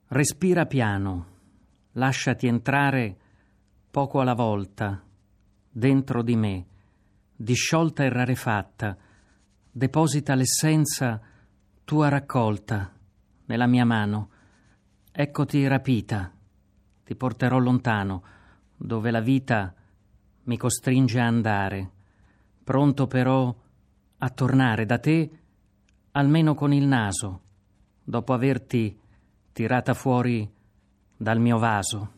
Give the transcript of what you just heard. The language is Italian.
Respira piano, lasciati entrare poco alla volta, dentro di me, disciolta e rarefatta, deposita l'essenza tua raccolta nella mia mano. Eccoti rapita, ti porterò lontano, dove la vita mi costringe a andare, pronto però a tornare da te almeno con il naso, dopo averti tirata fuori dal mio vaso.